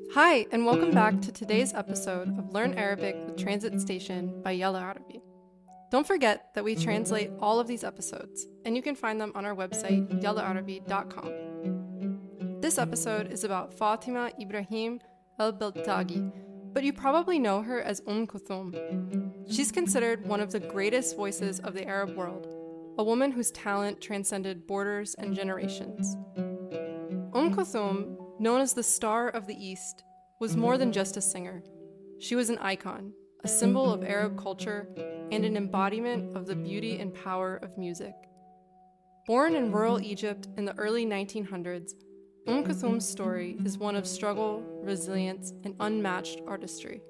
Hi, and welcome back to today's episode of Learn Arabic with Transit Station by Yalla Arabi. Don't forget that we translate all of these episodes, and you can find them on our website, yallaarabi.com. This episode is about Fatima Ibrahim El-Beltagi, but you probably know her as Kulthum. She's considered one of the greatest voices of the Arab world, a woman whose talent transcended borders and generations. Kulthum, known as the Star of the East, was more than just a singer. She was an icon, a symbol of Arab culture, and an embodiment of the beauty and power of music. Born in rural Egypt in the early 1900s, Kulthum's story is one of struggle, resilience, and unmatched artistry.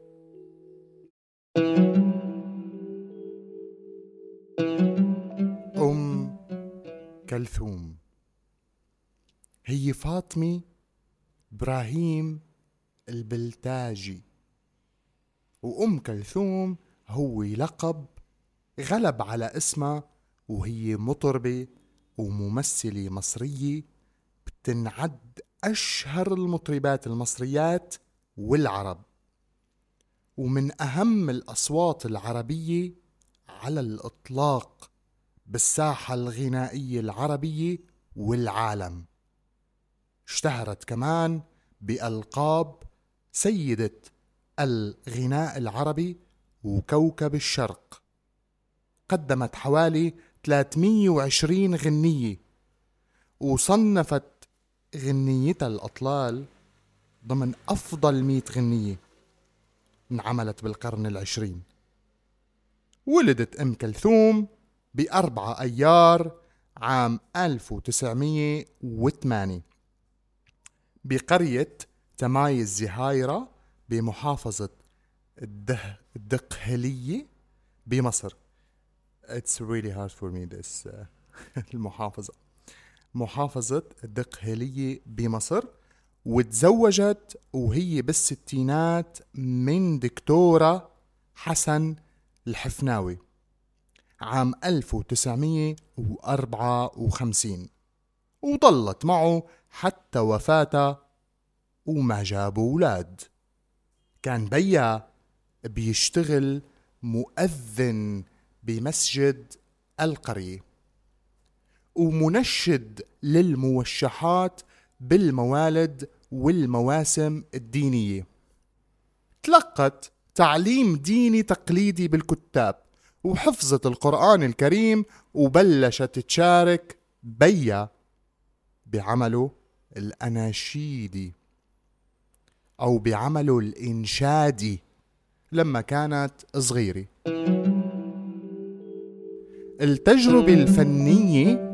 كلثوم هي فاطمة إبراهيم البلتاجي، كلثوم هو لقب غلب على اسمها، وهي مطربة وممثلة مصرية بتنعد أشهر المطربات المصريات والعرب، ومن أهم الأصوات العربية على الإطلاق بالساحة الغنائية العربية والعالم. اشتهرت كمان بألقاب سيدة الغناء العربي وكوكب الشرق. قدمت حوالي 320 غنية، وصنفت غنيتها الأطلال ضمن أفضل 100 غنية انعملت بالقرن العشرين. ولدت كلثوم ب4 أيار عام 1908 بقرية تماي الزهايرة بمحافظة الدقهلية بمصر. It's really hard for me this محافظة الدقهلية بمصر. وتزوجت وهي بالستينات من دكتورة حسن الحفناوي عام 1954، وظلت معه حتى وفاته وما جابوا أولاد. كان بيا بيشتغل مؤذن بمسجد القرية ومنشد للموشحات بالموالد والمواسم الدينية. تلقت تعليم ديني تقليدي بالكتاب وحفظت القرآن الكريم، وبلشت تشارك بيا بعمله الأناشيدي أو بعمله الإنشادي لما كانت صغيرة. التجربة الفنية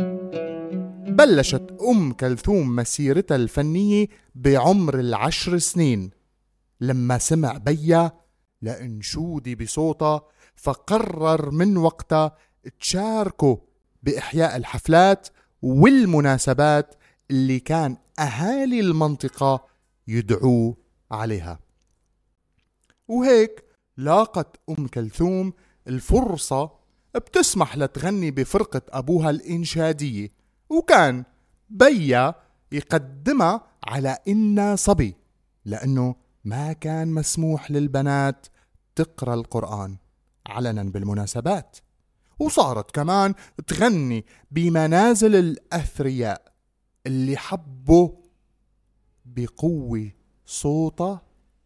بلشت كلثوم مسيرتها الفنية بعمر 10 سنين لما سمع بيا لأنشودي بصوتها، فقرر من وقتها تشاركه بإحياء الحفلات والمناسبات اللي كان أهالي المنطقة يدعوا عليها. وهيك لاقت كلثوم الفرصة بتسمح لتغني بفرقة أبوها الإنشادية، وكان بيا يقدمها على إنها صبي لأنه ما كان مسموح للبنات تقرأ القرآن علنا بالمناسبات. وصارت كمان تغني بمنازل الأثرياء اللي حبوا بقوة صوتها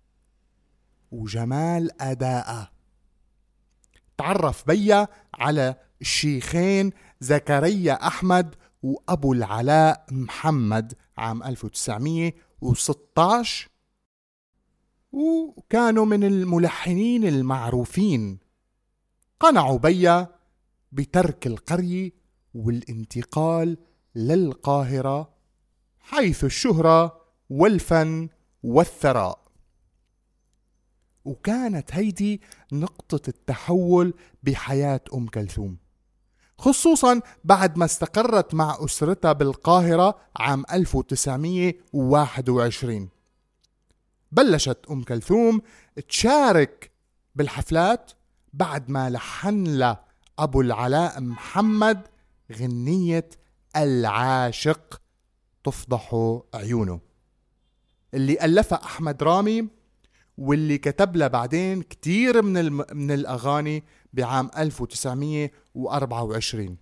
وجمال أدائها. تعرف بيا على الشيخين زكريا أحمد وأبو العلاء محمد عام 1916، وكانوا من الملحنين المعروفين. قنعوا بيا بترك القرية والانتقال للقاهرة، حيث الشهرة والفن والثراء. وكانت هيدي نقطة التحول بحياة كلثوم، خصوصا بعد ما استقرت مع أسرتها بالقاهرة عام 1921. بلشت كلثوم تشارك بالحفلات بعد ما لحن لها أبو العلاء محمد غنية العاشق تفضح عيونه. اللي ألفها أحمد رامي، واللي كتب لها بعدين كتير من الأغاني بعام 1924.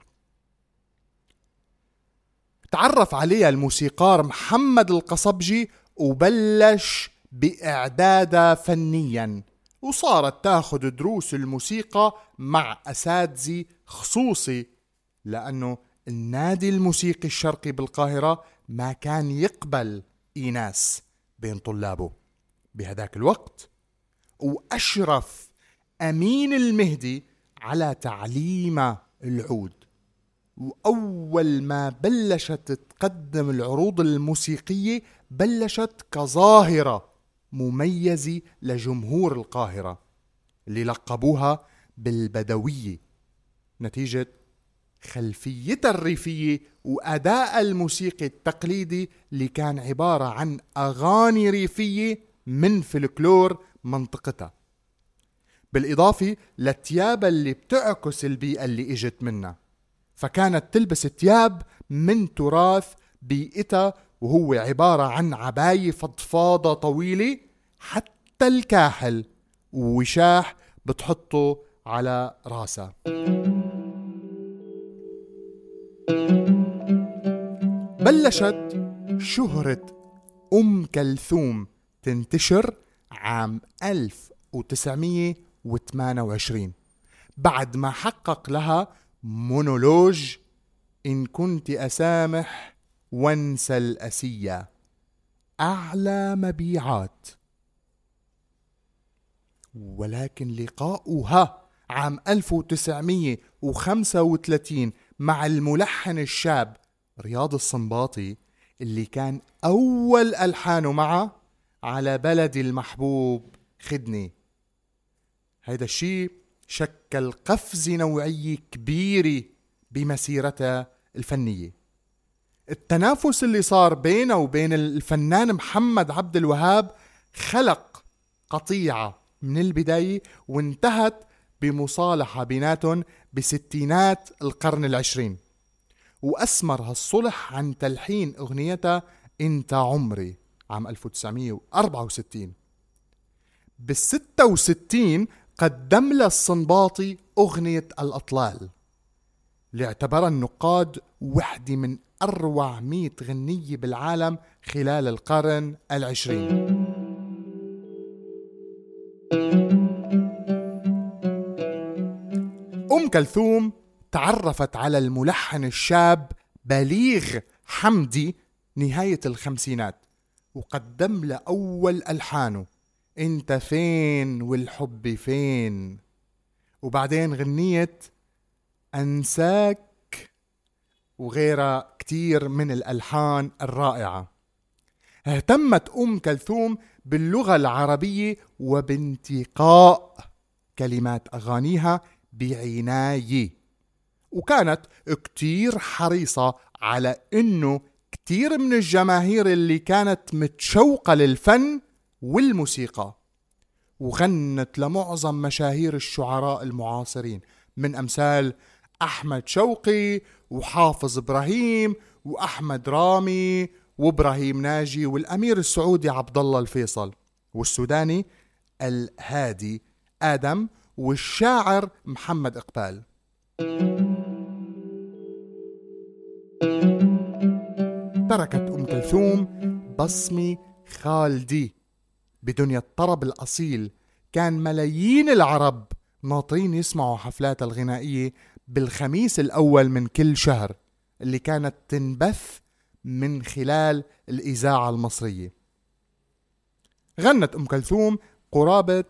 تعرف عليها الموسيقار محمد القصبجي وبلش بإعدادها فنيا، وصارت تاخد دروس الموسيقى مع أساتذة خصوصي، لأنه النادي الموسيقي الشرقي بالقاهرة ما كان يقبل إيناس بين طلابه بهداك الوقت. وأشرف أمين المهدي على تعليم العود، وأول ما بلشت تقدم العروض الموسيقية بلشت كظاهرة مميزة لجمهور القاهرة اللي لقبوها بالبدوية، نتيجة خلفيتها الريفية وأداء الموسيقي التقليدي اللي كان عبارة عن أغاني ريفية من فلكلور منطقتها، بالإضافة للتياب اللي بتعكس البيئة اللي إجت منها. فكانت تلبس تياب من تراث بيئتها، وهو عبارة عن عباية فضفاضة طويلة حتى الكاحل، ووشاح بتحطه على راسها. بلشت شهرة أم كلثوم تنتشر عام 1928 بعد ما حقق لها مونولوج إن كنت أسامح وانسى الأسية، أعلى مبيعات. ولكن لقاؤها عام 1935 مع الملحن الشاب رياض السنباطي اللي كان أول ألحانه معه على بلدي المحبوب خدني، هيدا الشيء شكل قفزة نوعية كبيرة بمسيرتها الفنية. التنافس اللي صار بينه وبين الفنان محمد عبد الوهاب خلق قطيعة من البداية، وانتهت بمصالحة بيناتهم بستينات القرن العشرين، وأسمر هالصلح عن تلحين أغنيتها انت عمري عام 1964. بال66 قدم لها السنباطي أغنية الأطلال، اللي اعتبرها النقاد وحدة من أروع 100 غنية بالعالم خلال القرن العشرين. أم كلثوم تعرفت على الملحن الشاب بليغ حمدي نهاية الخمسينات، وقدم له أول ألحانه انت فين والحب فين، وبعدين غنية أنساك وغيرها كتير من الألحان الرائعة. اهتمت أم كلثوم باللغة العربية وبانتقاء كلمات أغانيها بعناية، وكانت كتير حريصة على إنه كتير من الجماهير اللي كانت متشوقة للفن والموسيقى، وغنت لمعظم مشاهير الشعراء المعاصرين من أمثال أحمد شوقي وحافظ إبراهيم وأحمد رامي وإبراهيم ناجي والأمير السعودي عبد الله الفيصل والسوداني الهادي آدم والشاعر محمد إقبال. تركت أم كلثوم بصمة خالدي بدنيا الطرب الأصيل. كان ملايين العرب ناطرين يسمعوا حفلاتها الغنائية بالخميس الأول من كل شهر اللي كانت تنبث من خلال الإذاعة المصرية. غنت أم كلثوم قرابة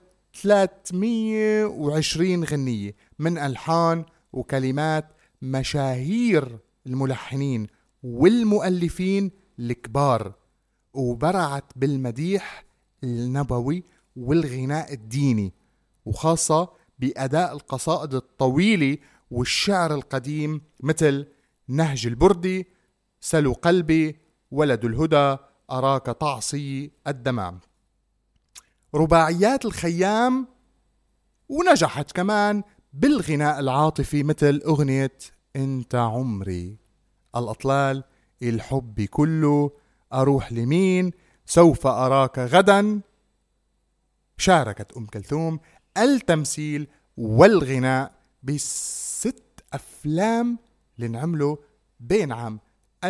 320 غنية من ألحان وكلمات مشاهير الملحنين والمؤلفين الكبار، وبرعت بالمديح النبوي والغناء الديني، وخاصة بأداء القصائد الطويلة والشعر القديم مثل نهج البردي، سلو قلبي، ولد الهدى، أراك تعصي الدمام، رباعيات الخيام، ونجحت كمان بالغناء العاطفي مثل أغنية انت عمري، الأطلال، الحب كله، أروح لمين، سوف أراك غدا شاركت أم كلثوم التمثيل والغناء ب6 أفلام اللي انعملوا بين عام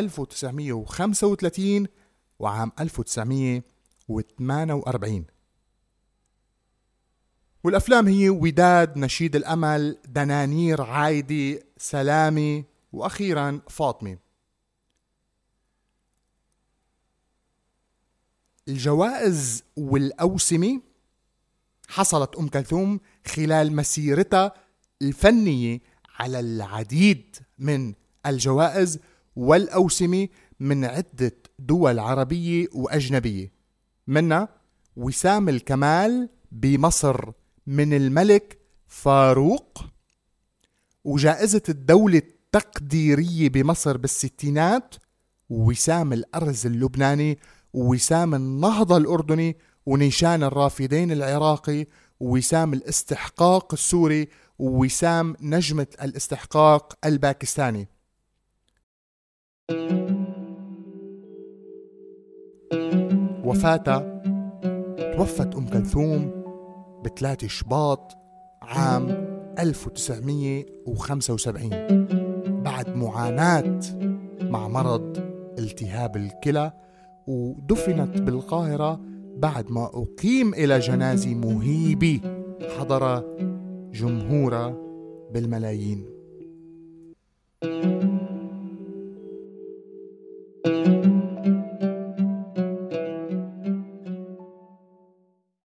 1935 وعام 1948. والأفلام هي وداد، نشيد الأمل، دنانير، عايدي، سلامي، وأخيرا فاطمة. الجوائز والأوسمة حصلت أم كلثوم خلال مسيرتها الفنية على العديد من الجوائز والأوسمة من عدة دول عربية وأجنبية، منها وسام الكمال بمصر من الملك فاروق، وجائزة الدولة التقديرية بمصر بالستينات، ووسام الأرز اللبناني، ووسام النهضة الأردني، ونيشان الرافدين العراقي، ووسام الاستحقاق السوري، ووسام نجمة الاستحقاق الباكستاني. وفاتها توفت أم كلثوم ب3 شباط عام 1975 بعد معاناة مع مرض التهاب الكلى، ودفنت بالقاهرة بعد ما أقيم إلى جنازة مهيبة حضر جمهورها بالملايين.